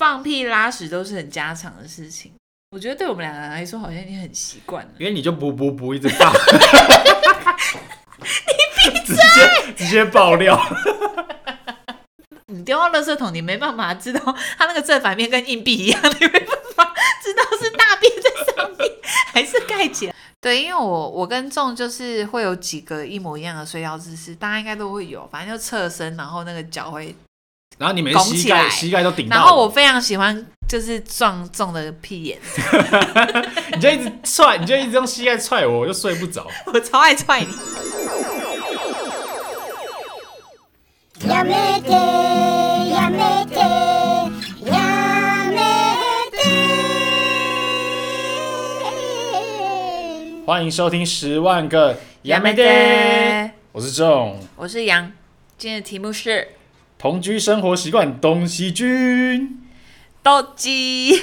放屁拉屎都是很家常的事情。我觉得对我们两个人来说，好像已经很习惯了。 因为你就不一直放， 你闭嘴！ 直接爆料。 你丢到垃圾桶，你没办法知道它那个正反面跟硬币一样，你没办法知道是大便在上面还是盖起来。对，因为我跟仲就是会有几个一模一样的睡觉姿势，大家应该都会有，反正就侧身，然后那个脚会。 然后你们膝盖都顶到， 然后我非常喜欢就是撞仲的屁眼， 你就一直踹，你就一直用膝盖踹我，我就睡不着。 我超爱踹你。 やめてやめてやめて。 欢迎收听10万个やめて，我是仲， 我是杨，今天的题目是同居生活习惯东西君。 斗鸡。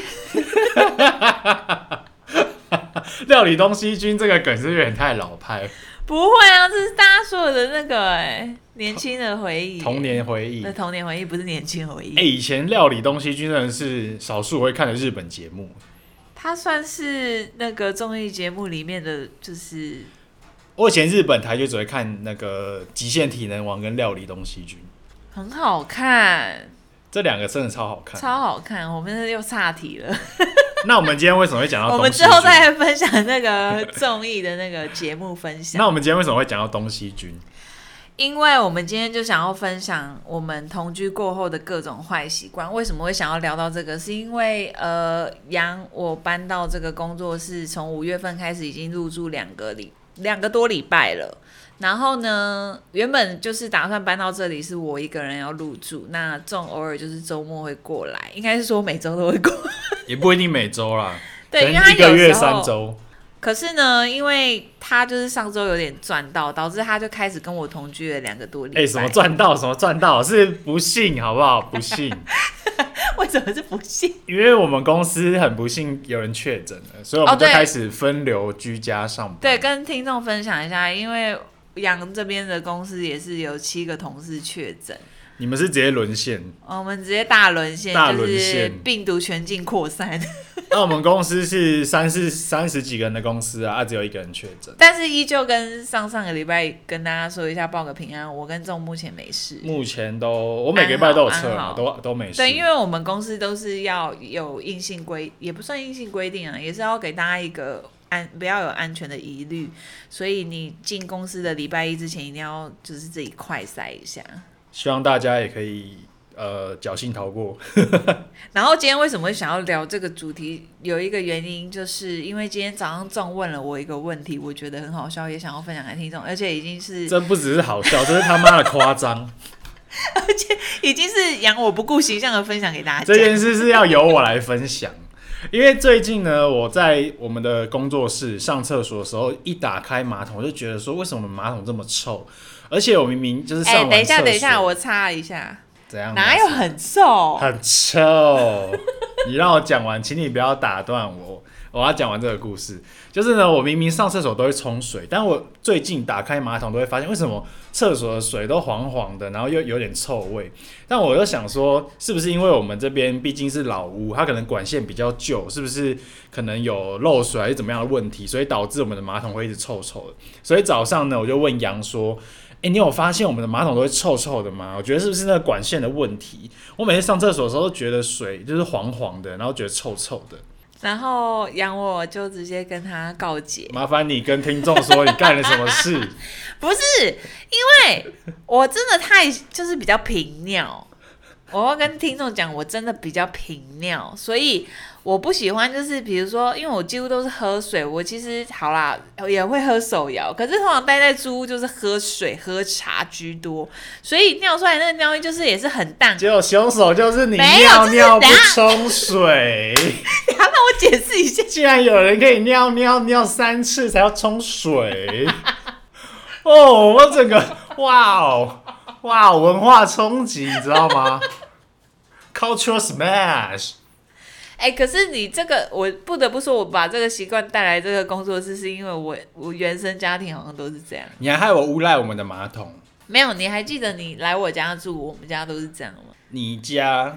料理东西君这个梗是有点太老派， 不会啊，这是大家所有的那个年轻的回忆， 童年回忆。 那童年回忆不是年轻回忆。 以前料理东西君真的是少数会看的日本节目。 它算是那个综艺节目里面的，就是我以前日本台就只会看那个《极限体能王》跟《料理东西君》， 很好看， 这两个真的超好看， 超好看。我们又岔题了。 那我们今天为什么会讲到我东西君？ 们之后再分享那个综艺的那个节目分享。 那我们今天为什么会讲到东西君？ 因为我们今天就想要分享我们同居过后的各种坏习惯。为什么会想要聊到这个？是因为我搬到这个工作室，从5月份开始已经入住2个多礼拜了。然后呢，原本就是打算搬到这里是我一个人要入住，那仲偶尔就是周末会过来，应该是说每周都会过来， 也不一定每周啦， 对，因为可能一个月3周。 可是呢，因为他就是上周有点赚到，导致他就开始跟我同居了2个多礼拜。 什么赚到？是不幸好不好？不幸。 为什么是不幸？ 因为我们公司很不幸有人确诊了，所以我们就开始分流居家上班。 对，跟听众分享一下，因为杨这边的公司也是有7个同事确诊。 你们是直接沦陷？ 我们直接大沦陷，就是病毒全境扩散。 那我们公司是30几个人的公司啊，只有1个人确诊， 但是依旧跟上个礼拜跟大家说一下，报个平安。我跟仲目前没事， 目前我每个礼拜都有测嘛，都没事。 对，因为我们公司都是要有硬性也不算硬性规定啊，也是要给大家一个不要有安全的疑虑，所以你进公司的礼拜1之前一定要就是自己快筛一下。 希望大家也可以侥幸逃过。 然后今天为什么会想要聊这个主题？有一个原因，就是因为今天早上仲问了我一个问题，我觉得很好笑，也想要分享给听众，而且已经是这不只是好笑，这是他妈的夸张， 而且已经是养我不顾形象的分享给大家。 这件事是要由我来分享。因为最近呢，我在我们的工作室上厕所的时候，一打开马桶，我就觉得说，为什么马桶这么臭？而且我明明就是上完厕所， 等一下，我擦一下。 怎样？ 哪有很臭？ 很臭！你让我讲完，请你不要打断我。我要讲完这个故事，就是呢，我明明上厕所都会冲水，但我最近打开马桶都会发现，为什么厕所的水都黄黄的，然后又有点臭味。但我又想说，是不是因为我们这边毕竟是老屋，它可能管线比较旧，是不是可能有漏水还是怎么样的问题，所以导致我们的马桶会一直臭臭的。所以早上呢，我就问杨说，你有发现我们的马桶都会臭臭的吗？我觉得是不是那个管线的问题？我每次上厕所的时候都觉得水就是黄黄的，然后觉得臭臭的。然后杨我就直接跟他告解， 麻烦你跟听众说你干了什么事。 不是，因为我真的就是比较频尿，我要跟听众讲，我真的比较频尿，所以我不喜欢就是比如说，因为我几乎都是喝水，我其实好啦也会喝手摇，可是通常待在租屋就是喝水喝茶居多，所以尿出来那个尿液就是也是很淡。 结果凶手就是你，尿不冲水。 等一下让我解释一下， 竟然有人可以尿3次才要冲水。哦，我整个哇文化冲击，你知道吗？Cultural smash。 可是你这个，我不得不说，我把这个习惯带来这个工作室，是因为我原生家庭好像都是这样。 你还害我诬赖我们的马桶？ 没有，你还记得你来我家住，我们家都是这样吗？ 你家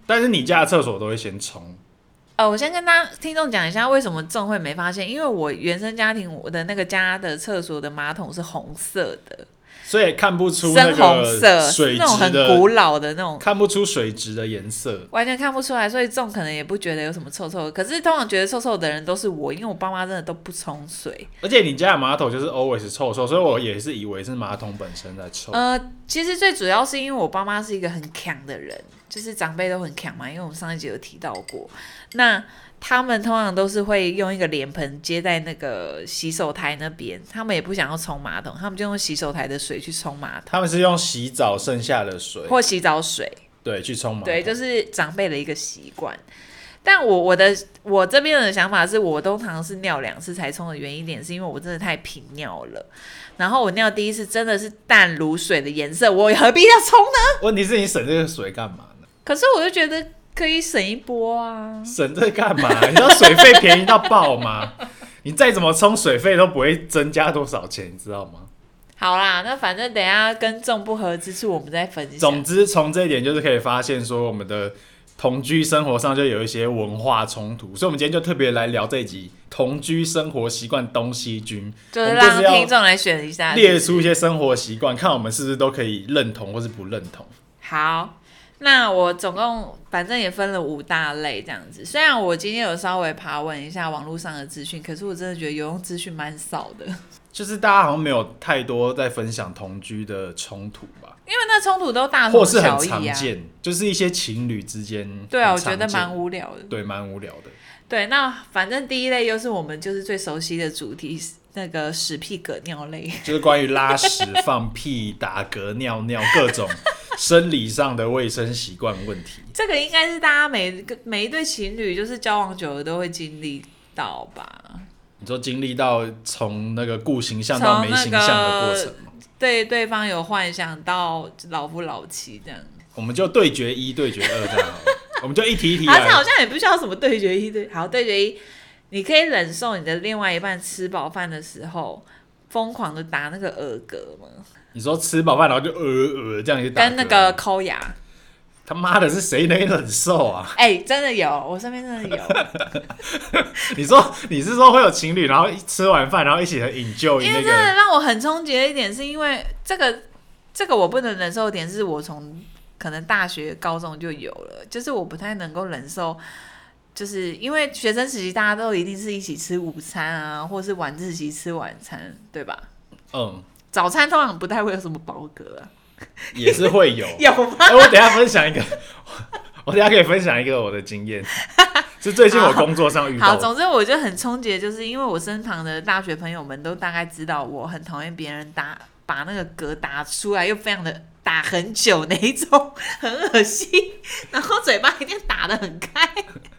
但是你家的厕所都会先冲。 我先跟听众讲一下为什么仲会没发现，因为我原生家庭我的那个家的厕所的马桶是红色的， 所以看不出那深红色， 个水那种很质的， 古老的那种， 看不出水质的颜色， 完全看不出来，所以仲可能也不觉得有什么臭臭的。可是通常觉得臭臭的人都是我，因为我爸妈真的都不冲水。 而且你家的马桶就是 always 臭臭，所以我也是以为是马桶本身在臭。 其实最主要是因为我爸妈是一个很强的人，就是长辈都很强嘛，因为我们上一集有提到过。那他们通常都是会用一个脸盆接在那个洗手台那边，他们也不想要冲马桶，他们就用洗手台的水去冲马桶， 他们是用洗澡剩下的水或洗澡水， 对，去冲马桶。 对，就是长辈的一个习惯。但我这边的想法是我通常是尿2次才冲的原因点，是因为我真的太频尿了。然后我尿第一次真的是淡如水的颜色，我何必要冲呢？ 问题是你省这个水干嘛呢？ 可是我就觉得可以省一波啊！ 省这干嘛？你知道水费便宜到爆吗？你再怎么冲水费都不会增加多少钱，你知道吗？ 好啦，那反正等一下跟众不合之处我们再分享。 总之，从这一点就是可以发现说我们的同居生活上就有一些文化冲突，所以我们今天就特别来聊这一集同居生活习惯东西君， 就是让听众来选一下， 列出一些生活习惯，看我们是不是都可以认同或是不认同。 好，那我总共反正也分了5大类这样子。虽然我今天有稍微爬问一下网络上的资讯，可是我真的觉得有用资讯蛮少的。 就是大家好像没有太多在分享同居的冲突吧， 因为那冲突都大同小异啊， 或是很常见，就是一些情侣之间。 对啊，我觉得蛮无聊的。 对，蛮无聊的。 对，那反正第一类又是我们就是最熟悉的主题，那个屎屁嗝尿类， 就是关于拉屎、放屁、打嗝、尿尿各种生理上的卫生习惯问题。 这个应该是大家每一对情侣就是交往久了都会经历到吧？ 你说经历到从那个顾形象到没形象的过程吗？ 对对方有幻想到老夫老妻这样， 我们就对决1、对决2这样好了，我们就一题一题来。 好像也不需要什么对决1好，对决1，你可以忍受你的另外一半吃饱饭的时候疯狂的打那个耳嗝吗？ 你说吃饱饭然后就这样就打嗝， 跟那个抠牙。 他妈的是谁能忍受啊？ 真的有，我身边真的有。 你是说会有情侣，然后吃完饭然后一起很enjoy那个？ 因为真的让我很冲击的一点，是因为这个我不能忍受的点，是我从可能大学、高中就有了，就是我不太能够忍受，就是因为学生时期大家都一定是一起吃午餐啊，或是晚自习吃晚餐，对吧？早餐通常不太会有什么饱嗝啊。 也是会有， 有吗？ 我等一下分享一个，我等一下可以分享一个我的经验，是最近我工作上遇到的。 好，总之我就很冲击，就是因为我身旁的大学朋友们都大概知道我很讨厌别人把那个嗝打出来，又非常的打很久那一种，很恶心，然后嘴巴一定打得很开。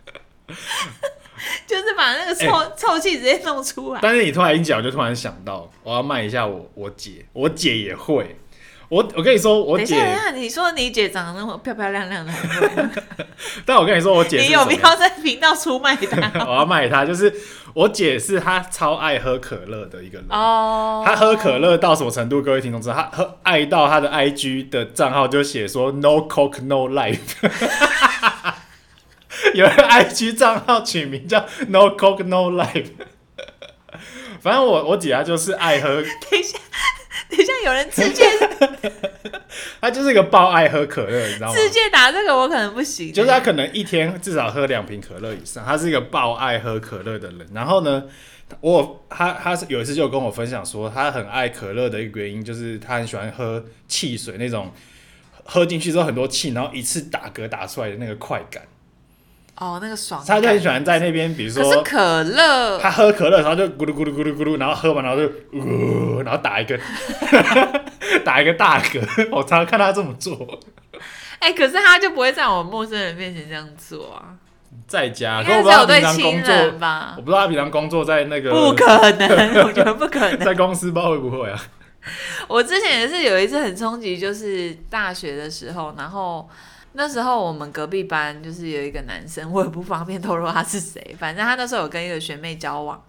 就是把那个臭气直接弄出来。 但是你突然一讲，我就突然想到，我要卖一下我姐，我姐也会。我跟你说，我姐， 等一下，你说你姐长得那么漂漂亮亮的， 但我跟你说，我姐是你有必要在频道出卖她？ 我要卖她，就是我姐是她超爱喝可乐的一个人哦。 她喝可乐到什么程度？各位听众知道，她爱到她的 IG 的账号就写说 “No Coke No Life”。有一个 IG 账号取名叫 “No Coke No Life”。反正我姐她就是爱喝。 等一下，有人自介， 他就是一个爆爱喝可乐，你知道吗？ 自介打这个我可能不行， 就是他可能一天至少喝2瓶可乐以上，他是一个爆爱喝可乐的人。然后呢，他有一次就跟我分享说，他很爱可乐的一个原因就是他很喜欢喝汽水那种，喝进去之后很多气，然后一次打嗝打出来的那个快感。 哦，那个爽感。 他就很喜欢在那边，比如说， 可是可乐， 他喝可乐，然后就咕噜咕噜咕噜咕噜，然后喝完然后就然后打一个打一个大嗝。我常常看他这么做。 可是他就不会在我陌生人面前这样做啊。 在家， 应该只有对亲人吧？ 我不知道他平常工作在那个， 不可能，我觉得不可能。 在公司不知道会不会啊？ 我之前也是有一次很冲击，就是大学的时候，然后。那时候我们隔壁班就是有一个男生，我也不方便透露他是谁，反正他那时候有跟一个学妹交往，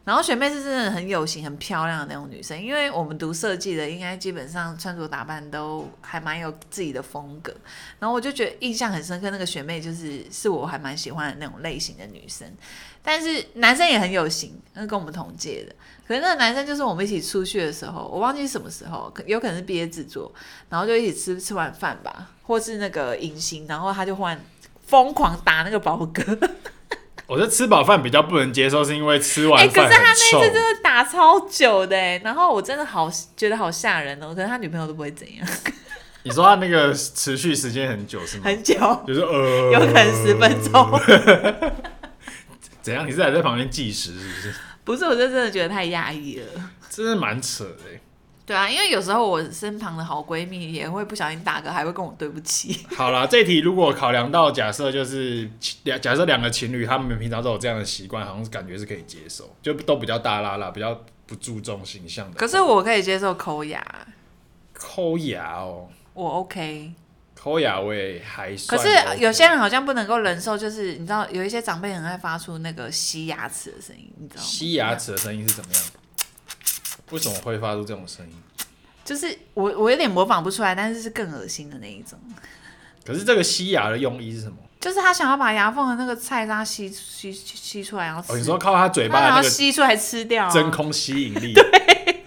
然后学妹是真的很有型、很漂亮的那种女生，因为我们读设计的，应该基本上穿着打扮都还蛮有自己的风格。然后我就觉得印象很深刻，那个学妹是我还蛮喜欢的那种类型的女生。但是男生也很有型，那跟我们同届的。可是那个男生就是我们一起出去的时候，我忘记什么时候，有可能是毕业制作，然后就一起吃完饭吧，或是那个迎新，然后他就忽然疯狂打那个宝哥。 我觉得吃饱饭比较不能接受，是因为吃完饭很臭。 可是他那一次真的打超久的然后我真的觉得好吓人哦。可是他女朋友都不会怎样。 你说他那个持续时间很久是吗？ 很久， 就是有可能10分钟。 怎样？你是还在旁边计时是不是？ 不是，我就真的觉得太压抑了， 真的蛮扯的对啊，因为有时候我身旁的好闺蜜也会不小心打嗝，还会跟我对不起。 好啦，这题如果考量到假设两个情侣，他们平常都有这样的习惯，好像感觉是可以接受，就都比较大拉拉，比较不注重形象的。 可是我可以接受抠牙， 抠牙哦， 我 OK。 抠牙我也还算、 可是有些人好像不能够忍受，就是你知道有一些长辈很爱发出那个吸牙齿的声音，你知道吗？ 吸牙齿的声音是怎么样？为什么会发出这种声音？ 就是我有点模仿不出来，但是是更恶心的那一种。 可是这个吸牙的用意是什么？ 就是他想要把牙缝的那个菜渣吸出来，然后吃。 你说靠他嘴巴的那个吸出来吃掉、 真空吸引力，对，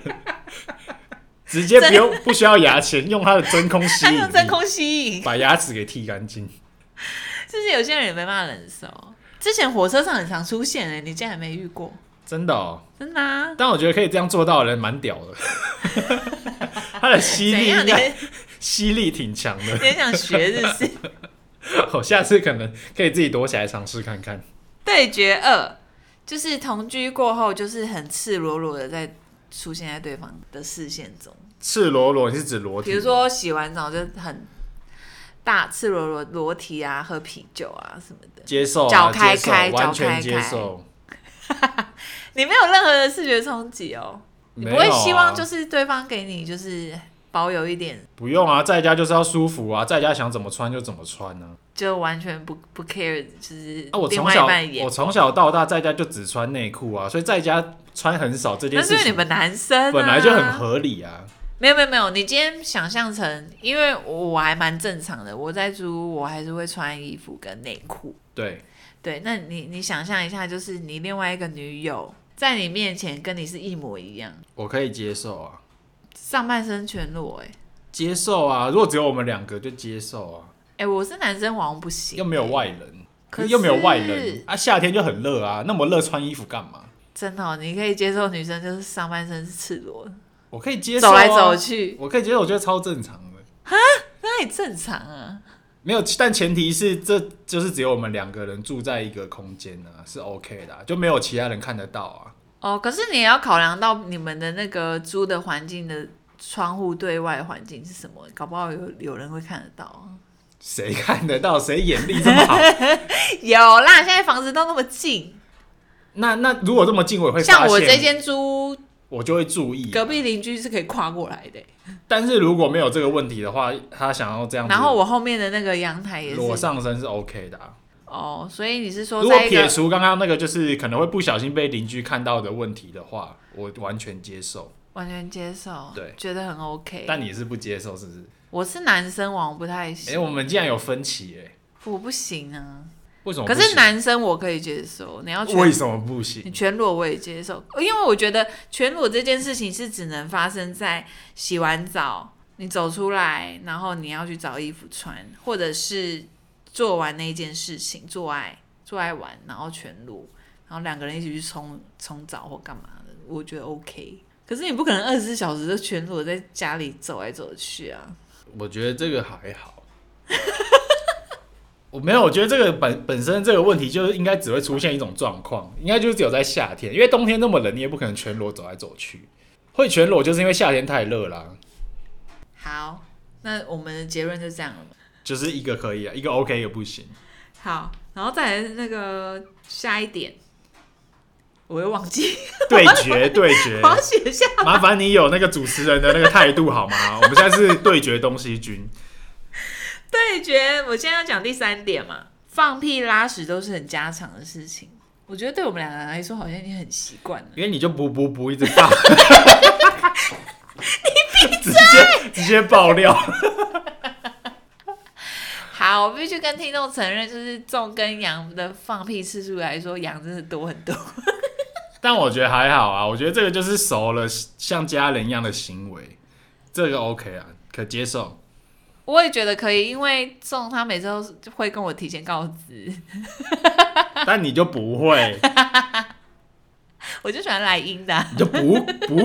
直接不需要牙签，用他的真空吸引力， 他用真空吸引， 把牙齿给剔干净。 就是有些人也没办法忍受。之前火车上很常出现你竟然没遇过？ 真的哦， 真的啊！ 但我觉得可以这样做到的人蛮屌的，他的吸力挺强的。 你想学是不是？ 我下次可能可以自己躲起来尝试看看。 对决2就是同居过后，就是很赤裸裸的在出现在对方的视线中。 赤裸裸，你是指裸体？ 比如说洗完澡就很大赤裸裸裸体啊，喝啤酒啊什么的， 接受、啊， 脚开开， 完全接受。 你没有任何的视觉冲击哦，你不会希望就是对方给你就是保有一点？ 不用啊，在家就是要舒服啊，在家想怎么穿就怎么穿啊， 就完全不 care， 就是另外一半的眼光。我从小到大在家就只穿内裤啊，所以在家穿很少这件事情。 那是你们男生本来就很合理啊。 没有，你今天想象成，因为我还蛮正常的，我在租我还是会穿衣服跟内裤。对，那你想象一下，就是你另外一个女友在你面前跟你是一模一样， 我可以接受啊， 上半身全裸接受啊，如果只有我们2个就接受啊。 我是男生，我好像不行， 又没有外人，又没有外人啊，夏天就很热啊，那么热穿衣服干嘛？ 真的你可以接受女生就是上半身是赤裸的， 我可以接受啊， 走来走去， 我可以接受，我觉得超正常的。 哈，那也正常啊。 没有，但前提是这就是只有我们2个人住在一个空间啊，是 OK 的就没有其他人看得到啊。 可是你也要考量到你们的那个租的环境的窗户对外的环境是什么，搞不好有人会看得到啊。 谁看得到？谁眼力这么好？ 有啦，现在房子都那么近。 那如果这么近，我也会发现。 像我这间租， 我就会注意隔壁邻居是可以跨过来的。 但是如果没有这个问题的话，他想要这样子， 然后我后面的那个阳台也是裸上身是 OK 的所以你是说， 如果撇除刚刚那个就是可能会不小心被邻居看到的问题的话，我完全接受。 完全接受， 对， 觉得很 OK。 但你是不接受是不是？ 我是男生，我不太行。 我们竟然有分歧我不行啊。 为什么不行？ 可是男生我可以接受，你要为什么不行？ 你全裸我也接受，因为我觉得全裸这件事情是只能发生在洗完澡你走出来，然后你要去找衣服穿，或者是做完那件事情，做爱完，然后全裸，然后2个人一起去冲澡或干嘛的，我觉得 OK。可是你不可能24小时就全裸在家里走来走去啊。 我觉得这个还好。我没有，我觉得这个本身这个问题就是应该只会出现一种状况，应该就是只有在夏天，因为冬天那么冷，你也不可能全裸走来走去。会全裸就是因为夏天太热啦。 好，那我们的结论就这样了吗？ 就是一个可以啊，一个 OK， 一个不行。 好，然后再来那个下一点，我会忘记对决， 我要写下来。 麻烦你有那个主持人的那个态度好吗？我们现在是对决东西军。 对决，我现在要讲第3点嘛，放屁拉屎都是很家常的事情。 我觉得对我们两个人来说好像已经很习惯了， 因为你就补一直放，你直接爆料。 好，我必须跟听众承认，就是仲跟羊的放屁次数来说，羊真的多很多。 但我觉得还好啊，我觉得这个就是熟了，像家人一样的行为，这个 OK 啊，可接受。 我也觉得可以，因为仲他每次都会跟我提前告知， 但你就不会， 我就喜欢来阴的、 你就不， 因为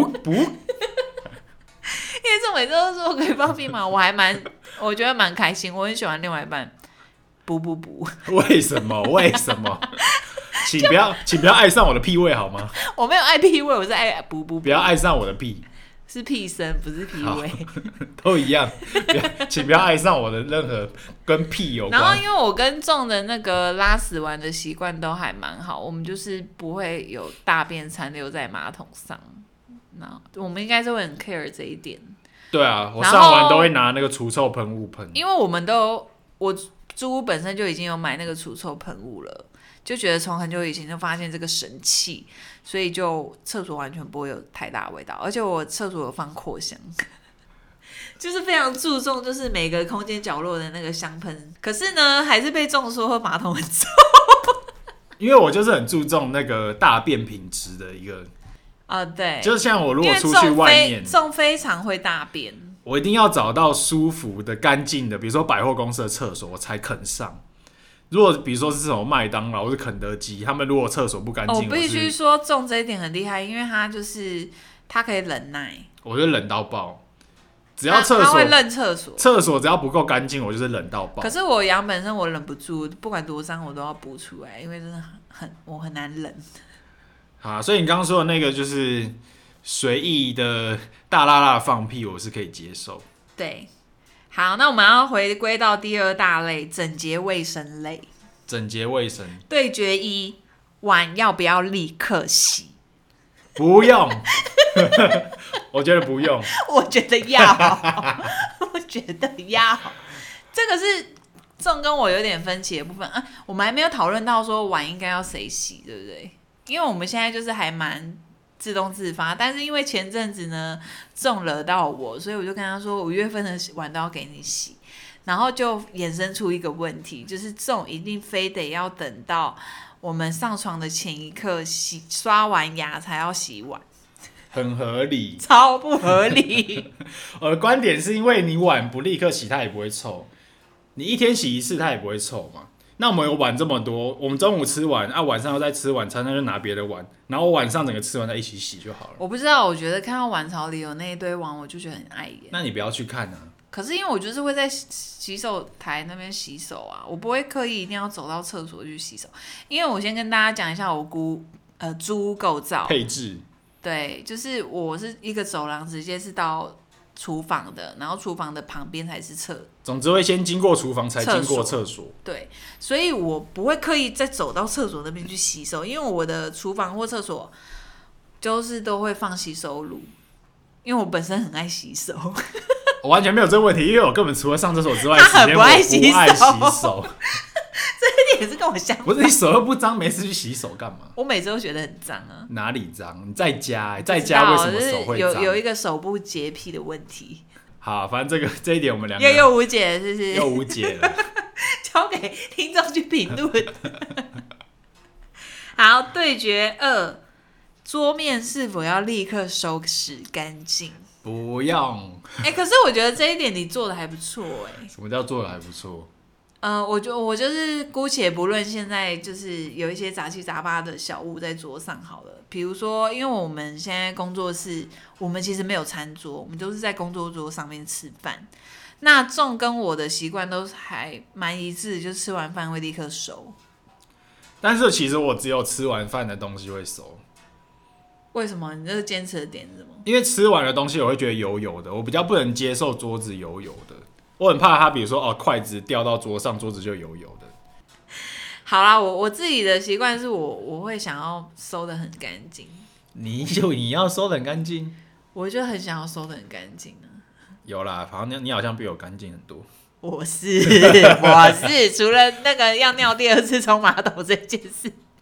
仲每次都说我可以放屁嘛，我觉得蛮开心，我很喜欢另外一半补。 为什么？为什么？请不要爱上我的屁味好吗？ 我没有爱屁味，我是爱补。 不要爱上我的屁， 是屁声，不是屁味。 都一样。请不要爱上我的任何跟屁有关。 然后，因为我跟仲的那个拉屎完的习惯都还蛮好，我们就是不会有大便残留在马桶上。那我们应该是会很 care 这一点。 对啊，我上完都会拿那个除臭喷雾喷。 因为我租屋本身就已经有买那个除臭喷雾了。就觉得从很久以前就发现这个神器，所以就厕所完全不会有太大味道，而且我厕所有放扩香，就是非常注重就是每个空间角落的那个香喷。可是呢，还是被仲说马桶很臭， 因为我就是很注重那个大便品质的一个对， 就是像我如果出去外面， 仲非常会大便， 我一定要找到舒服的、干净的，比如说百货公司的厕所，我才肯上。如果比如说是这种麦当劳或是肯德基，他们如果厕所不干净， 我必须说仲这一点很厉害，因为他可以忍耐， 我就忍到爆。只要厕所他会忍厕所只要不够干净，我就是忍到爆。 可是我羊本身我忍不住，不管多脏我都要补出来，因为真的我很难忍。 好，所以你刚刚说的那个就是随意的大辣辣放屁，我是可以接受。 对。好，那我们要回归到第二大类，整洁卫生类。 整洁卫生对决一，碗要不要立刻洗？ 不用，我觉得不用。 我觉得要，我觉得要。这个是仲跟我有点分歧的部分啊。我们还没有讨论到说碗应该要谁洗，对不对？因为我们现在就是还蛮自动自发，但是因为前阵子呢仲惹到我，所以我就跟他说5月份的碗都要给你洗，然后就衍生出一个问题，就是仲一定非得要等到我们上床的前一刻刷完牙才要洗碗， 很合理， 超不合理。 我的观点是因为你碗不立刻洗，它也不会臭，你一天洗一次，它也不会臭嘛。那我们有碗这么多，我们中午吃完啊，晚上要再吃晚餐，那就拿别的碗，然后晚上整个吃完再一起洗就好了。 我不知道，我觉得看到碗槽里有那一堆碗，我就觉得很碍眼。 那你不要去看啊。 可是因为我就是会在洗手台那边洗手啊，我不会刻意一定要走到厕所去洗手。因为我先跟大家讲一下我租屋构造配置， 对，就是我是一个走廊，直接是到厨房的，然后厨房的旁边才是总之会先经过厨房，才经过厕所。 对，所以我不会刻意再走到厕所那边去洗手，因为我的厨房或厕所就是都会放洗手乳，因为我本身很爱洗手。 我完全没有这个问题，因为我根本除了上厕所之外， 他很不爱洗手。 这一点是跟我相反。 不是你手又不脏，没事去洗手干嘛？ 我每次都觉得很脏啊。 哪里脏？你在家，在家为什么手会脏？ 有一个手部洁癖的问题。 好，反正这一点我们两个又无解，是不是？ 又无解了， 交给听众去评论。好，对决2，桌面是否要立刻收拾干净？ 不用。 可是我觉得这一点你做的还不错什么叫做的还不错？ 我就是姑且不论现在就是有一些杂七杂八的小物在桌上好了，比如说，因为我们现在工作室，我们其实没有餐桌，我们都是在工作桌上面吃饭。那仲跟我的习惯都还蛮一致，就吃完饭会立刻收。 但是其实我只有吃完饭的东西会收。 为什么？你这个坚持的点是什么？ 因为吃完的东西我会觉得油油的，我比较不能接受桌子油油的。我很怕它，比如说筷子掉到桌上，桌子就油油的。 好啦，我自己的习惯是我会想要收得很干净。 你要收得很干净？ 我就很想要收得很干净啊。 有啦，好像你好像比我干净很多。 我是除了那个要尿第2次冲马桶这件事，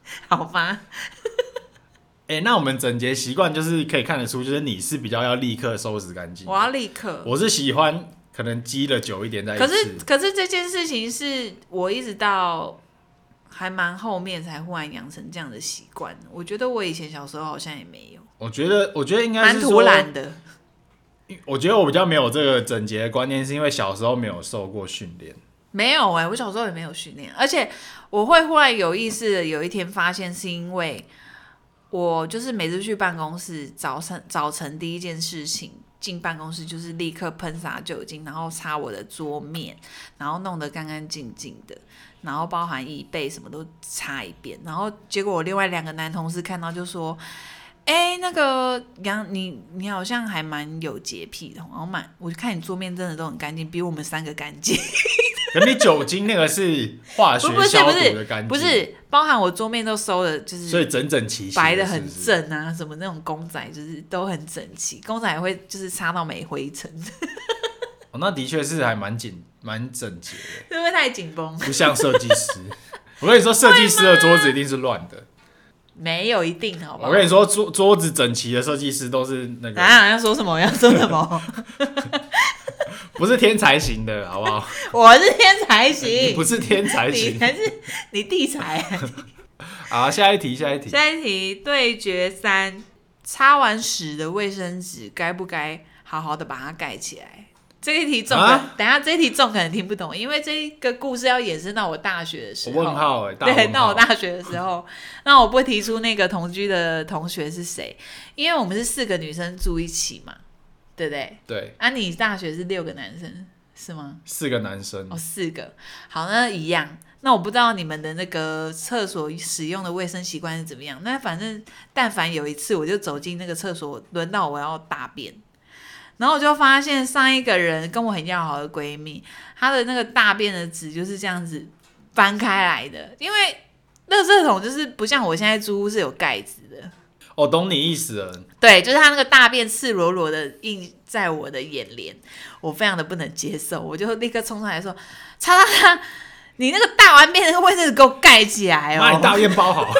好吗？ 那我们整洁习惯就是可以看得出，就是你是比较要立刻收拾干净， 我要立刻。 我是喜欢可能积了久一点再一次。 可是这件事情是我一直到还蛮后面才忽然养成这样的习惯。我觉得我以前小时候好像也没有。 我觉得应该蛮是说突然的。 我觉得我比较没有这个整洁的观念，是因为小时候没有受过训练。 没有我小时候也没有训练，而且我会忽然有意识的有一天发现，是因为我就是每次去办公室早晨第一件事情进办公室就是立刻喷洒酒精，然后擦我的桌面，然后弄得干干净净的，然后包含椅背什么都擦一遍，然后结果我另外2个男同事看到就说：“那个杨，你好像还蛮有洁癖的，然后我就看你桌面真的都很干净，比我们3个干净。” 可你酒精那个是化学消毒的干净， 不是包含我桌面都收的，就是所以整整齐齐， 白的很正啊，什么那种公仔就是都很整齐，公仔也会就是擦到没灰尘。 那的确是还蛮整洁的， 会不会太紧绷？ 不像设计师。我跟你说，设计师的桌子一定是乱的。 没有一定，好不好？ 我跟你说，桌子整齐的设计师都是那个。 要说什么？要说什么？ 不是天才型的，好不好？ 我是天才型， 你不是天才型， 你还是你地才。 好，下一题。 对决3，擦完屎的卫生纸该不该好好的把它盖起来？这一题等一下这一题可能听不懂，因为这个故事要延伸到我大学的时候。 问号对，到我大学的时候，那我不提出那个同居的同学是谁，因为我们是4个女生住一起嘛。对不对？ 对。 你大学是6个男生是吗 ？4个男生。 4个。好，那一样。那我不知道你们的那个厕所使用的卫生习惯是怎么样。那反正但凡有一次我就走进那个厕所，轮到我要大便，然后我就发现上一个人跟我很要好的闺蜜，她的那个大便的纸就是这样子翻开来的，因为垃圾桶就是不像我现在租屋是有盖子的。 我懂你意思了。 对，就是他那个大便赤裸裸的印在我的眼帘，我非常的不能接受，我就立刻冲上来说：“擦，你那个大完便那个卫生纸给我盖起来哦！” 把你大便包好。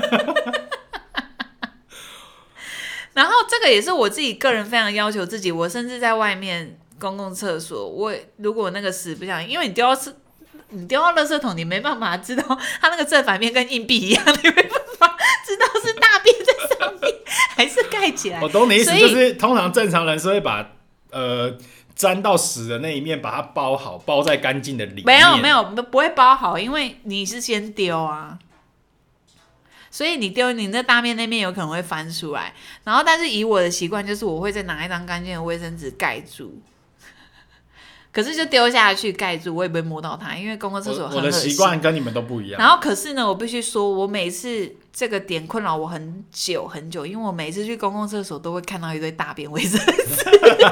然后这个也是我自己个人非常要求自己，我甚至在外面公共厕所，我如果那个屎不小心，因为你丢到垃圾桶，你没办法知道它那个正反面跟硬币一样，你没办法知道是大便在上面还是盖起来。 我懂你意思，就是通常正常人是会把沾到屎的那一面把它包好，包在干净的里面。 没有，不会包好，因为你是先丢啊，所以你丢你那大便那面有可能会翻出来。然后，但是以我的习惯，就是我会再拿一张干净的卫生纸盖住。可是就丢下去盖住，我也不会摸到它，因为公共厕所很恶心。 我的习惯跟你们都不一样。 然后可是呢，我必须说，我每次这个点困扰我很久很久，因为我每次去公共厕所都会看到一堆大便卫生纸。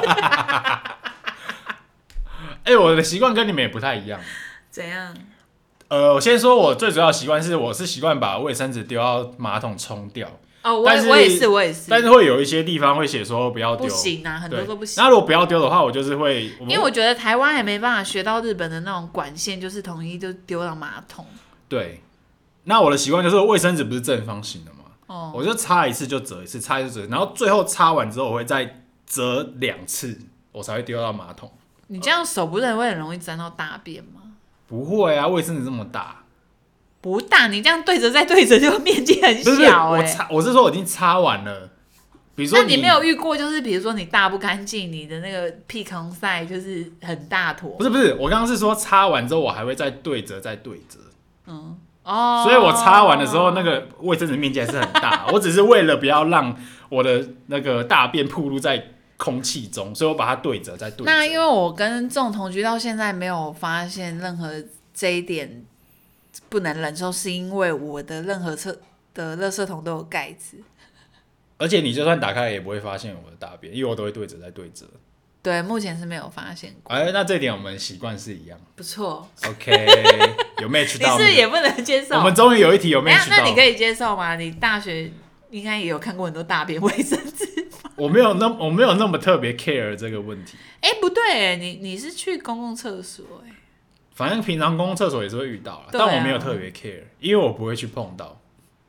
我的习惯跟你们也不太一样。 怎样？ 我先说，我最主要的习惯是，我是习惯把卫生纸丢到马桶冲掉。 我也是。 但是会有一些地方会写说不要丢， 不行啊，很多都不行。 那如果不要丢的话，我就是会， 因为我觉得台湾还没办法学到日本的那种管线，就是统一就丢到马桶。 对。那我的习惯就是卫生纸不是正方形的嘛，我就擦一次就折一次，擦一次折，然后最后擦完之后我会再折2次，我才会丢到马桶。 你这样手不是会很容易沾到大便吗？ 不会啊，卫生纸这么大。 不大，你这样对折再对折，就面积很小。 我是说我已经擦完了。比如说那你没有遇过，就是比如说你大不干净，你的那个屁坑塞就是很大坨。 不是，我刚刚是说擦完之后我还会再对折再对折。 所以我擦完的时候那个卫生纸面积还是很大，我只是为了不要让我的那个大便暴露在空气中，所以我把它对折再对折。 那因为我跟这种同居到现在没有发现任何这一点不能忍受，是因为我的任何的垃圾桶都有盖子， 而且你就算打开也不会发现我的大便，因为我都会对折再对折。 对，目前是没有发现过。 那这一点我们习惯是一样， 不错。 OK， 有 match 到。 你是不是也不能接受？ 我们终于有一题有 match 到。 那你可以接受吗？你大学应该也有看过很多大便卫生纸。 我没有那么特别 care 这个问题。 不对，你是去公共厕所反正平常公共厕所也是会遇到啦，但我没有特别 care， 因为我不会去碰到。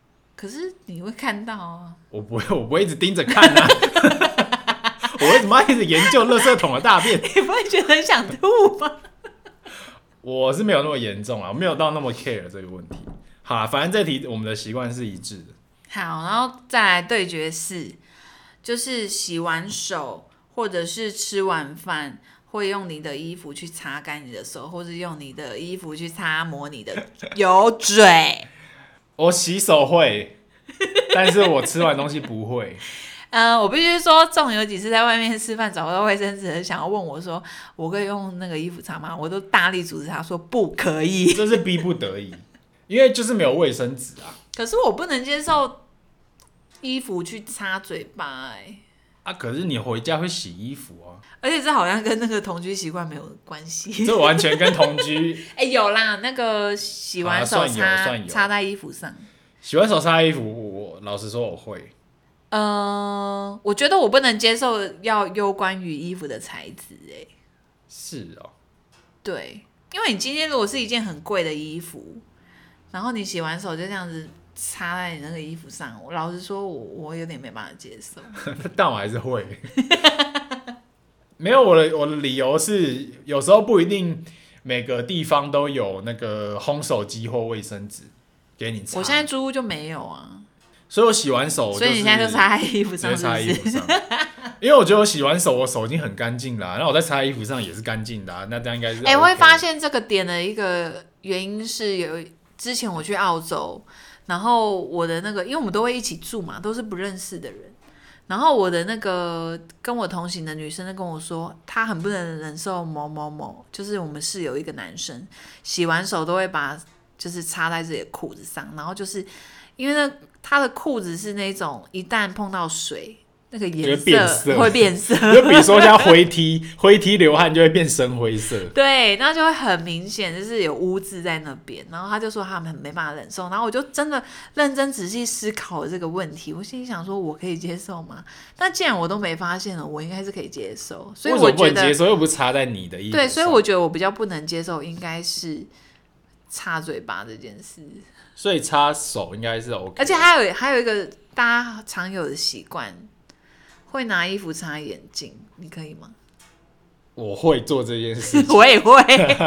可是你会看到啊。 我不会一直盯着看啊。我为什么要一直研究垃圾桶的大便？ 你不会觉得很想吐吗？ 我是没有那么严重啊，我没有到那么 care 这个问题。好啦，反正这题我们的习惯是一致的。 好，然后再来对决4，就是洗完手或者是吃完饭，会用你的衣服去擦干你的手，或是用你的衣服去擦摩你的油嘴。 我洗手会，但是我吃完东西不会。 我必须说，仲有几次在外面吃饭找不到卫生纸，想要问我说，我可以用那个衣服擦吗？我都大力阻止他说不可以。 这是逼不得已，因为就是没有卫生纸啊。 可是我不能接受衣服去擦嘴巴可是你回家会洗衣服啊， 而且这好像跟那个同居习惯没有关系。 这完全跟同居。 有啦，那个洗完手擦在衣服上。 洗完手擦衣服，我老实说我会。 我觉得我不能接受要攸关于衣服的材质是哦。 对，因为你今天如果是一件很贵的衣服，然后你洗完手就这样子擦在你那个衣服上，我老实说我有点没办法接受。 但我还是会。没有，我的理由是，有时候不一定每个地方都有那个烘手机或卫生纸给你擦。 我现在租屋就没有啊。 所以我洗完手， 所以你现在就擦在衣服上， 直接擦在衣服上。因为我觉得我洗完手，我手已经很干净了，然后我在擦在衣服上也是干净的那这样应该是 OK。 我会发现这个点的一个原因是之前我去澳洲，然后我的那个，因为我们都会一起住嘛，都是不认识的人。然后我的那个跟我同行的女生就跟我说，她很不能忍受某某某，就是我们室友一个男生，洗完手都会把就是擦在自己的裤子上，然后就是因为他的裤子是那种一旦碰到水，那个颜色会变色。 就比如说像灰梯流汗就会变深灰色。 对，然后就会很明显，就是有污渍在那边。然后他就说他们很没办法忍受，然后我就真的认真仔细思考了这个问题。我心里想说，我可以接受吗？但既然我都没发现了，我应该是可以接受。所以我觉得为什么不能接受？又不是擦在你的衣服上。 对，所以我觉得我比较不能接受，应该是擦嘴巴这件事。 所以擦手应该是 OK。 而且还有一个大家常有的习惯，会拿衣服擦眼睛，你可以吗？ 我会做这件事情。 我也会。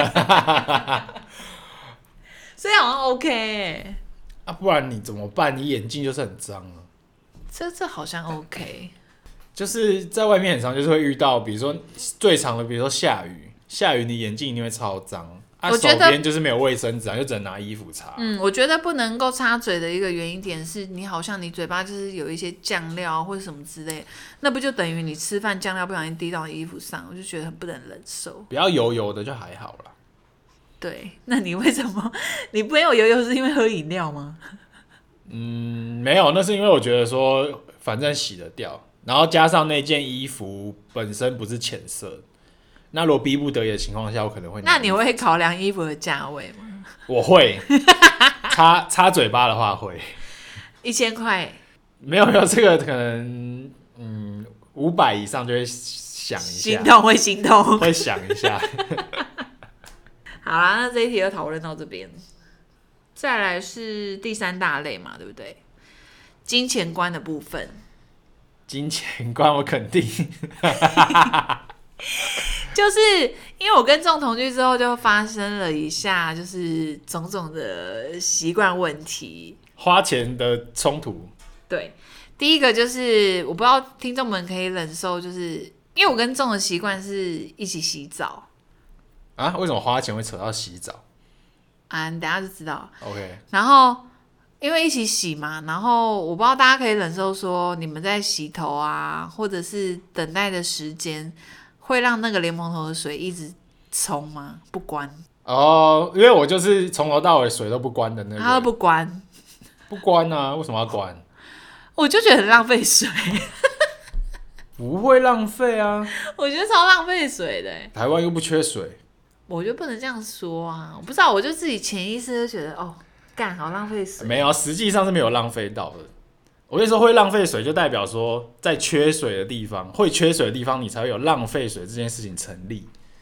所以好像 OK 不然你怎么办？你眼镜就是很脏啊。 这好像 OK。 就是在外面很常就是会遇到，比如说最常的，比如说下雨你眼镜一定会超脏。我觉得手边就是没有卫生纸就只能拿衣服擦。 我觉得不能够擦嘴的一个原因点是，你好像你嘴巴就是有一些酱料或者什么之类的，那不就等于你吃饭酱料不小心滴到你衣服上，我就觉得很不能忍受。 比较油的就还好啦。 对，那你为什么你不有油是因为喝饮料吗？ 没有，那是因为我觉得说反正洗得掉，然后加上那件衣服本身不是浅色。那如果逼不得已的情况下，我可能会。 那你会考量衣服的价位吗？ 我会，擦嘴巴的话会。 1000块？ 没有，这个可能500以上就会想一下， 会心痛， 会想一下。 好啦，那这一题就讨论到这边。再来是第3大类嘛，对不对？金钱观的部分。 金钱观我肯定。 就是因为我跟仲同居之后，就发生了一下就是种种的习惯问题， 花钱的冲突。 对，第一个就是我不知道听众们可以忍受，就是因为我跟仲的习惯是一起洗澡啊。为什么花钱会扯到洗澡啊？你等一下就知道。 OK。 然后因为一起洗嘛，然后我不知道大家可以忍受说你们在洗头啊，或者是等待的时间。会让那个莲蓬头的水一直冲吗？不关因为我就是从头到尾水都不关的那个。 他都不关， 不关啊？为什么要关？ 我就觉得很浪费水。 不会浪费啊， 我觉得超浪费水的。 台湾又不缺水。 我觉得不能这样说啊！我不知道，我就自己潜意识就觉得干好浪费水。 没有，实际上是没有浪费到的。我跟你说，会浪费水就代表说，在缺水的地方，会缺水的地方，你才会有浪费水这件事情成立。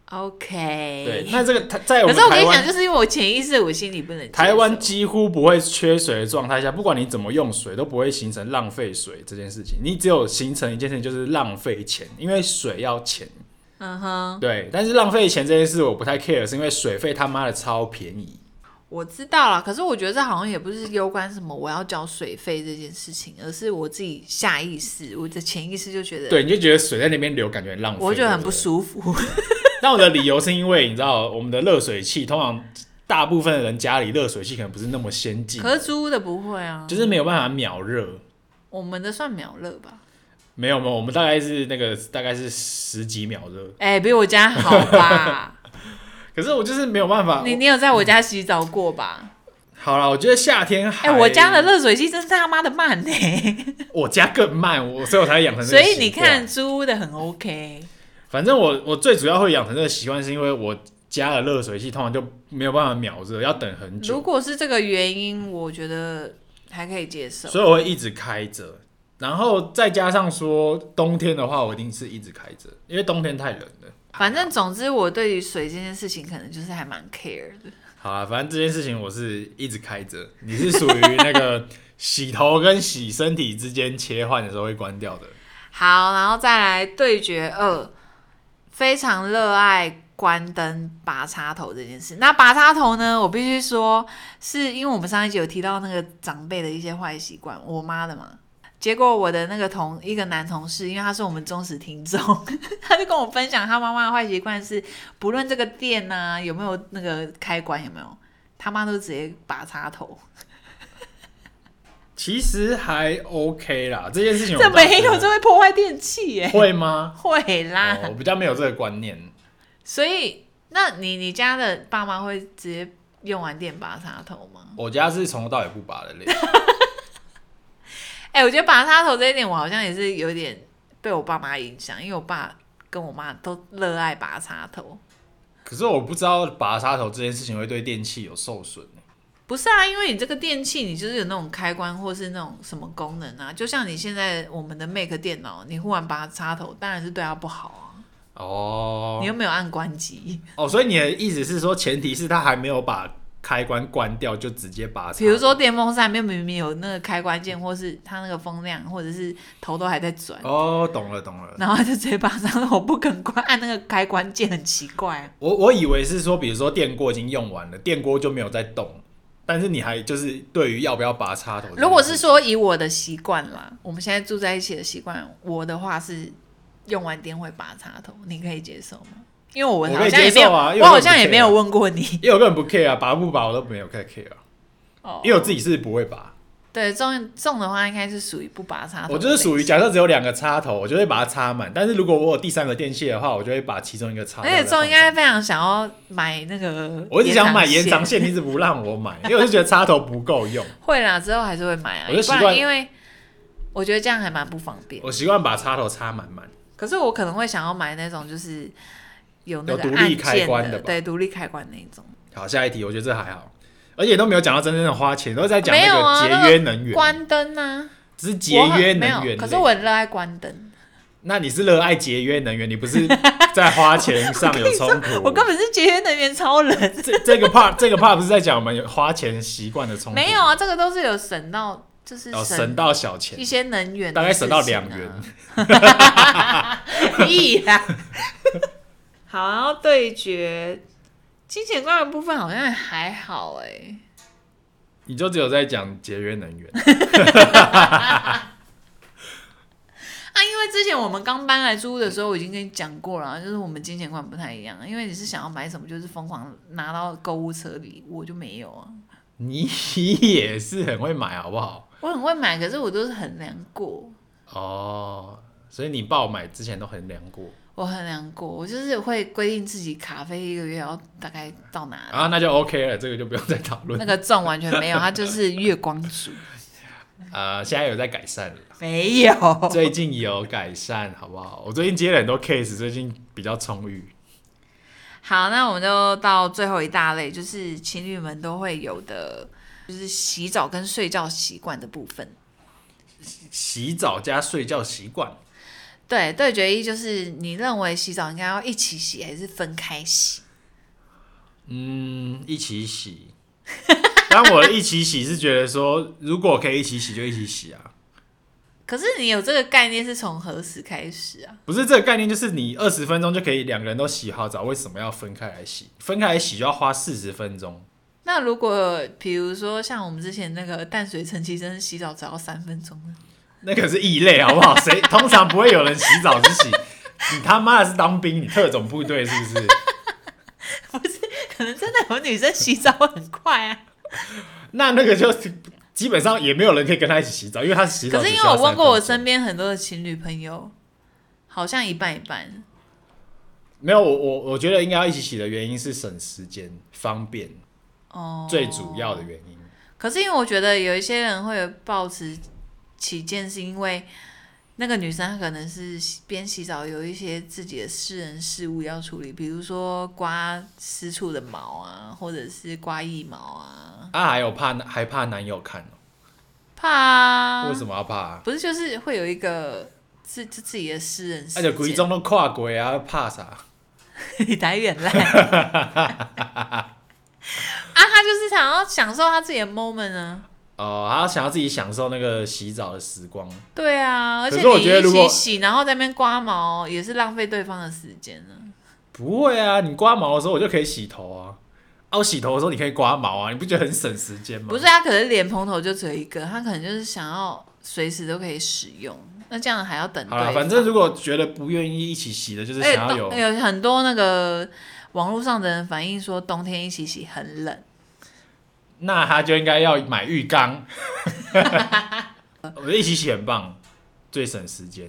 OK， 对，那这个在我可们台湾， 是我跟你讲，就是因为我潜意识我心里不能接受。 台湾几乎不会缺水的状态下，不管你怎么用水，都不会形成浪费水这件事情。你只有形成一件事情，就是浪费钱，因为水要钱。 嗯哼， 对，但是浪费钱这件事我不太 care，是因为水费他妈的超便宜。 我知道了，可是我觉得这好像也不是攸关什么我要交水费这件事情，而是我自己下意识，我的潜意识就觉得， 对，你就觉得水在那边流，感觉很浪费， 我觉得很不舒服。 那我的理由是因为你知道，我们的热水器通常大部分的人家里热水器可能不是那么先进， 可是租屋的不会啊， 就是没有办法秒热。 我们的算秒热吧？ 没有，我们大概是10几秒热， 比我家好吧？ 可是我就是没有办法。 你有在我家洗澡过吧？ 好啦，我觉得夏天我家的热水器真是他妈的慢我家更慢，所以我才养成这个习惯。 所以你看租屋的很 OK。 反正我最主要会养成这个习惯，是因为我家的热水器通常就没有办法秒热，要等很久。 如果是这个原因，我觉得还可以接受。 所以我会一直开着，然后再加上说冬天的话，我一定是一直开着，因为冬天太冷了。 反正总之，我对于水这件事情可能就是还蛮 care 的。 好啊，反正这件事情我是一直开着，你是属于那个洗头跟洗身体之间切换的时候会关掉的。 好，然后再来对决2，非常热爱关灯拔插头这件事。那拔插头呢，我必须说，是因为我们上一集有提到那个长辈的一些坏习惯，我妈的嘛。结果我的那个一个男同事，因为他是我们忠实听众，他就跟我分享他妈妈的坏习惯是，不论这个店啊有没有那个开关有没有，他妈都直接拔插头。 其实还 OK 啦，这件事情这没有，这会破坏电器耶。 会吗？ 会啦。 我比较没有这个观念。 所以，那你家的爸妈会直接用完电拔插头吗？ 我家是从头到尾不拔的类型。 我觉得拔插头这一点，我好像也是有点被我爸妈影响，因为我爸跟我妈都热爱拔插头。 可是我不知道拔插头这件事情会对电器有受损。 不是啊，因为你这个电器，你就是有那种开关或是那种什么功能啊，就像你现在我们的 Mac 电脑，你忽然拔插头，当然是对它不好啊。 哦。 你又没有按关机。 所以你的意思是说，前提是他还没有把开关关掉就直接拔插头。 比如说电风扇明明有那个开关键，或是它那个风量，或者是头都还在转。 懂了。 然后他就直接拔上，我不肯按那个开关键，很奇怪。 我以为是说，比如说电锅已经用完了，电锅就没有在动，但是你还就是对于要不要拔插头， 如果是说以我的习惯啦，我们现在住在一起的习惯，我的话是用完电会拔插头，你可以接受吗？因为我好像也没有，我好像也没有问过你， 因为我根本不 care 啊，拔不拔我都没有 care 啊。因为我自己是不会拔。 对，重的话应该是属于不拔插头。 我就是属于假设只有2个插头，我就会把它插满。但是如果我有第3个电器的话，我就会把其中一个插。 而且重应该非常想要买那个， 我一直想买延长线，你一直不让我买，因为我就觉得插头不够用。 会啦，之后还是会买啊。 我就习惯， 因为我觉得这样还蛮不方便。 我习惯把插头插满。 可是我可能会想要买那种就是有那个独立开关的吧， 对，独立开关那种。 好，下一题，我觉得这还好。而且都没有讲到真正的花钱，都在讲那个节约能源。 关灯啊， 只是节约能源。 可是我很热爱关灯。 那你是热爱节约能源，你不是在花钱上有冲突？ 我根本是节约能源超人。 这个 part 不是在讲我们有花钱习惯的冲突？ 没有啊，这个都是有省到，就是省到小钱， 一些能源、 大概省到2元。 屁啦！好，然后对决金钱观的部分好像还好你就只有在讲节约能源。 因为之前我们刚搬来租的时候，我已经跟你讲过了，就是我们金钱观不太一样。因为你是想要买什么，就是疯狂拿到购物车里，我就没有啊。 你也是很会买，好不好？ 我很会买，可是我都是衡量过。 所以你爆买之前都衡量过。 我衡量过，我就是会规定自己卡费1个月要大概到哪里。 那就 OK 了，这个就不用再讨论。 那个重完全没有，它就是月光族。 现在有在改善了。 没有， 最近有改善，好不好？我最近接了很多 case， 最近比较充裕。 好，那我们就到最后一大类，就是情侣们都会有的，就是洗澡跟睡觉习惯的部分。 洗澡加睡觉习惯。 对，对决一就是你认为洗澡应该要一起洗还是分开洗？ 一起洗。但我的一起洗是觉得说，如果可以一起洗就一起洗啊。 可是你有这个概念是从何时开始啊？ 不是这个概念，就是你20分钟就可以两个人都洗好澡，为什么要分开来洗？分开来洗就要花40分钟。 那如果比如说像我们之前那个淡水陈绮贞洗澡只要3分钟呢？ 那个是异类，好不好？谁通常不会有人洗澡只洗？你他妈的是当兵，你特种部队是不是？ 不是，可能真的有女生洗澡很快啊。 那个就基本上也没有人可以跟他一起洗澡，因为他洗澡只需要3分钟。 可是因为我问过我身边很多的情侣朋友，好像一半一半。 没有，我觉得应该要一起洗的原因是省时间、方便，最主要的原因。 可是因为我觉得有一些人会抱持起见，是因为那个女生她可能是边洗澡有一些自己的私人事务要处理，比如说刮私处的毛啊，或者是刮腋毛啊。 还怕男友看哦？ 怕啊？ 为什么要怕啊？ 不是，就是会有一个自己的私人事件。 而且规中都跨过啊，怕啥？ 你台语很烂。他就是想要享受他自己的 moment 呢。 他想要自己享受那个洗澡的时光。 对啊，而且可是我觉得如果你一起洗，然后在那边刮毛，也是浪费对方的时间呢。 不会啊，你刮毛的时候我就可以洗头啊。我洗头的时候你可以刮毛啊，你不觉得很省时间吗？ 不是，他可能莲蓬头就只有一个，他可能就是想要随时都可以使用。那这样还要等对方。 好啦，反正如果觉得不愿意一起洗的，就是想要有很多那个网络上的人反映说，冬天一起洗很冷。 那他就应该要买浴缸。我觉得一起洗很棒，最省时间。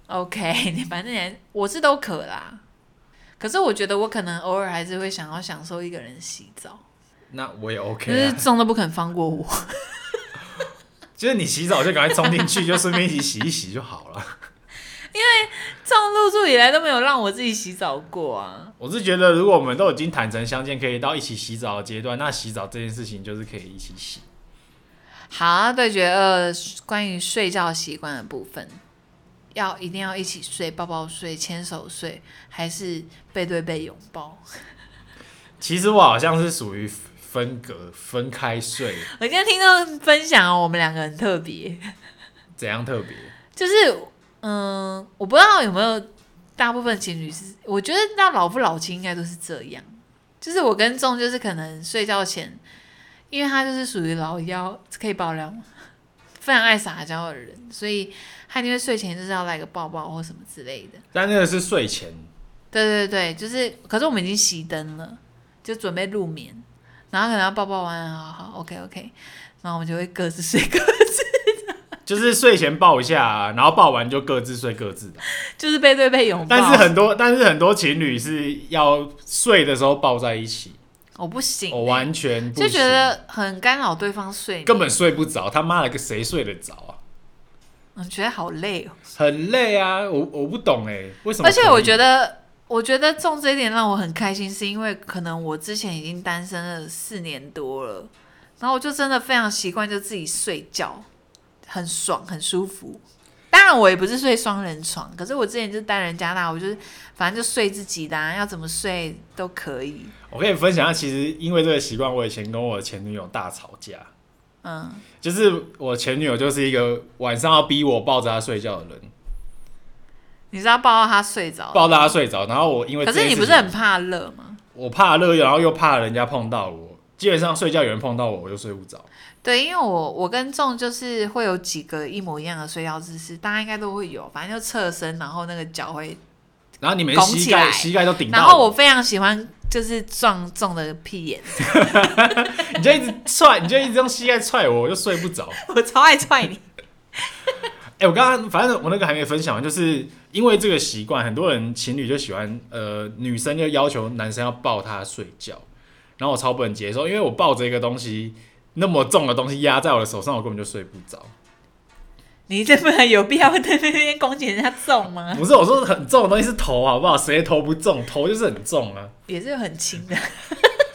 OK， 你反正我是都可啦。可是我觉得我可能偶尔还是会想要享受一个人洗澡。 那我也 OK 就是啊。 钟都不肯放过我。 就是你洗澡就赶快冲进去，就顺便一起洗一洗就好了。 因为从入住以来都没有让我自己洗澡过啊。 我是觉得，如果我们都已经坦诚相见，可以到一起洗澡的阶段，那洗澡这件事情就是可以一起洗。 好，对决2，关于睡觉习惯的部分，一定要一起睡，抱抱睡，牵手睡，还是背对背拥抱？ 其实我好像是属于分开睡。 我今天听到分享我们两个很特别。 怎样特别？ 就是我不知道有没有大部分情侣是，我觉得到老夫老妻应该都是这样。就是我跟仲就是可能睡觉前，因为他就是属于老幺，可以爆料吗？非常爱撒娇的人，所以他因为睡前就是要来个抱抱或什么之类的。 但那个是睡前。 对对对，就是，可是我们已经熄灯了，就准备入眠，然后可能要抱抱完，好 OK， 然后我们就会各自睡各自的。 就是睡前抱一下啊，然后抱完就各自睡各自的。 就是背对背拥抱。 但是很多情侣是要睡的时候抱在一起。 我不行， 我完全不行， 就觉得很干扰对方睡眠， 根本睡不着。他妈的，谁睡得着啊？ 我觉得好累哦， 很累啊！我不懂哎，为什么？ 而且我觉得中这一点让我很开心，是因为可能我之前已经单身了4年多了，然后我就真的非常习惯就自己睡觉，很爽很舒服。当然我也不是睡双人床，可是我之前就是单人加大，我就是反正就睡自己的要怎么睡都可以。 我可以分享一下，其实因为这个习惯，我以前跟我前女友大吵架。就是我前女友就是一个晚上要逼我抱着她睡觉的人。 你是要抱到她睡着？ 抱到她睡着，然后我因为可是你不是很怕热吗？ 我怕热，然后又怕人家碰到我。基本上睡觉有人碰到我，我就睡不着。 对，因为我跟仲就是会有几个一模一样的睡觉姿势，大家应该都会有，反正就侧身，然后那个脚会， 然后你们膝盖都顶到。 然后我非常喜欢就是撞仲的屁眼， 你就一直踹，你就一直用膝盖踹我，我就睡不着。 我超爱踹你。 我刚刚反正我那个还没分享完，就是因为这个习惯，很多人情侣就喜欢女生就要求男生要抱她睡觉，然后我超不能接受，因为我抱着一个东西。那么重的东西压在我的手上，我根本就睡不着。 你这么有必要在那边攻击人家重吗？ 不是，我说很重的东西是头，好不好？谁头不重？头就是很重啊。 也是很轻的。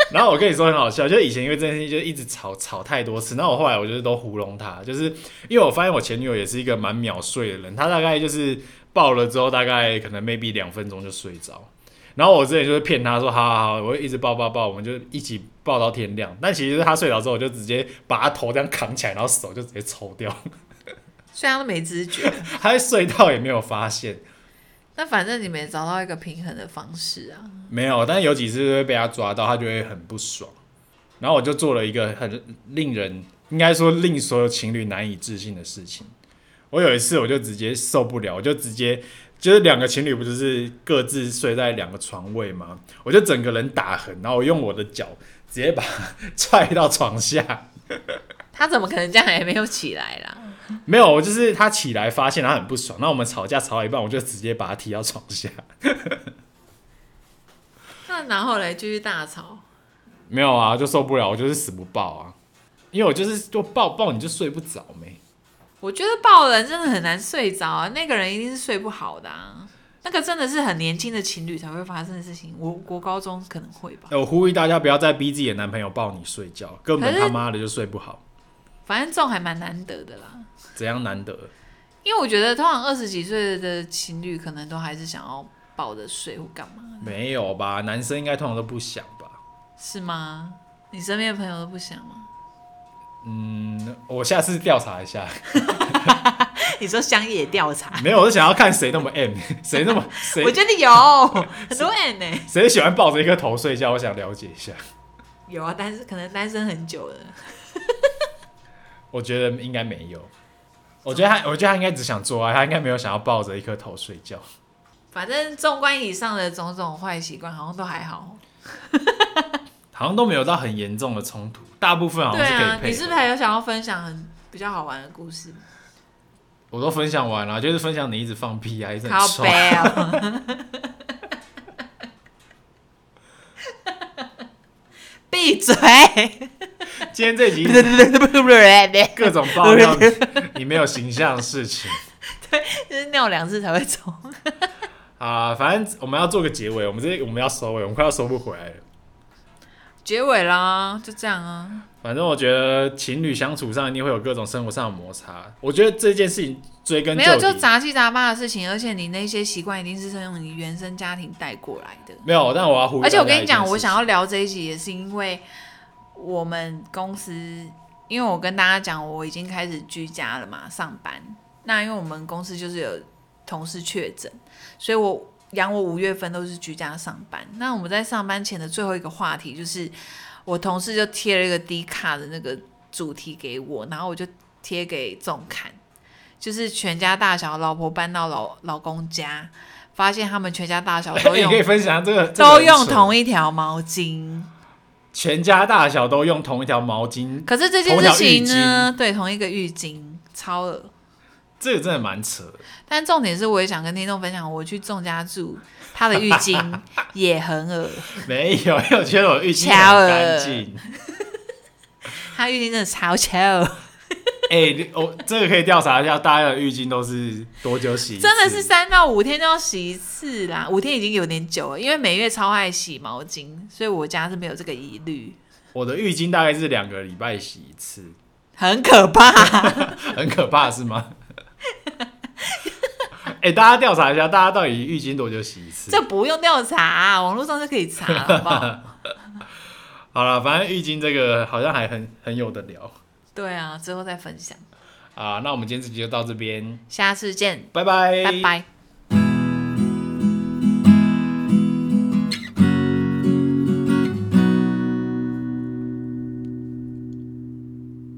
然后我跟你说很好笑，就以前因为这件事情就一直吵太多次，然后我后来我就是都糊弄他，就是因为我发现我前女友也是一个蛮秒睡的人，她大概就是抱了之后大概可能 maybe 2分钟就睡着。然后我之前就会骗他说，好，我会一直抱，我们就一起抱到天亮。但其实他睡着之后，我就直接把他头这样扛起来，然后手就直接抽掉， 虽然都没知觉， 他睡到也没有发现。 那反正你们也找到一个平衡的方式啊。 没有，但有几次会被他抓到，他就会很不爽。然后我就做了一个很令人，应该说令所有情侣难以置信的事情。我有一次我就直接受不了，我就直接就是2个情侣不就是各自睡在2个床位吗？我就整个人打横，然后我用我的脚直接把他踹到床下。 他怎么可能这样也没有起来啦？ 没有，我就是他起来发现他很不爽，那我们吵架吵到一半，我就直接把他踢到床下。 那然后嘞，继续大吵。 没有啊，就受不了，我就是死不抱啊，因为我就抱你就睡不着没。 我觉得抱人真的很难睡着啊，那个人一定是睡不好的啊。那个真的是很年轻的情侣才会发生的事情，我国高中可能会吧。 我呼吁大家不要再逼自己的男朋友抱你睡觉，根本他妈的就睡不好。 反正这种还蛮难得的啦。 怎样难得？ 因为我觉得通常20几岁的情侣可能都还是想要抱着睡或干嘛的。 没有吧？男生应该通常都不想吧？ 是吗？你身边的朋友都不想吗？ 我下次调查一下。 你说乡野调查？ 没有，我是想要看谁那么 M， 谁那么谁？ 我觉得有很多 M 呢。 谁喜欢抱着一颗头睡觉？我想了解一下。 有啊，但是可能单身很久了。 我觉得应该没有。我觉得他应该只想做爱，他应该没有想要抱着一颗头睡觉。 反正纵观以上的种种坏习惯，好像都还好。 好像都没有到很严重的冲突，大部分好像是可以配合。 对啊，你是不是还有想要分享比较好玩的故事？ 我都分享完了，就是分享你一直放屁啊，一直很臭。 靠背哦！闭嘴！ 今天这集各种爆料你没有形象的事情。 对，就是尿2次才会冲。 啊，反正我们要做个结尾，我们要收尾，我们快要收不回来了。 结尾啦，就这样啊。 反正我觉得情侣相处上一定会有各种生活上的摩擦。我觉得这件事情追根究底， 没有就杂七杂八的事情，而且你那些习惯一定是从你原生家庭带过来的。 没有，但我要呼吁。 而且我跟你讲，我想要聊这一集也是因为我们公司，因为我跟大家讲我已经开始居家了嘛，上班。那因为我们公司就是有同事确诊，所以我5月份都是居家上班。那我们在上班前的最后一个话题就是，我同事就贴了一个 D 卡的那个主题给我，然后我就贴给仲看，就是全家大小，老婆搬到老公家，发现他们全家大小都用， 你可以分享这个都用同一条毛巾。 全家大小都用同一条毛巾， 可是这件事情呢，对，同一个浴巾，超恶。 这个真的蛮扯的。 但重点是，我也想跟听众分享，我去仲家住，他的浴巾也很恶。 没有，因为我觉得我浴巾很干净。 他浴巾真的超臭。 这个可以调查一下，大家的浴巾都是多久洗一次？ 真的是3到5天就要洗一次啦，5天已经有点久了，因为每月超爱洗毛巾，所以我家是没有这个疑虑。 我的浴巾大概是2个礼拜洗一次， 很可怕。 很可怕是吗？大家调查一下，大家到底浴巾多久洗一次？ 这不用调查，网络上就可以查，好不好？ 好了，反正浴巾这个好像还很有的聊。 对啊，之后再分享。 那我们今天这集就到这边， 下次见， 拜拜， 拜拜。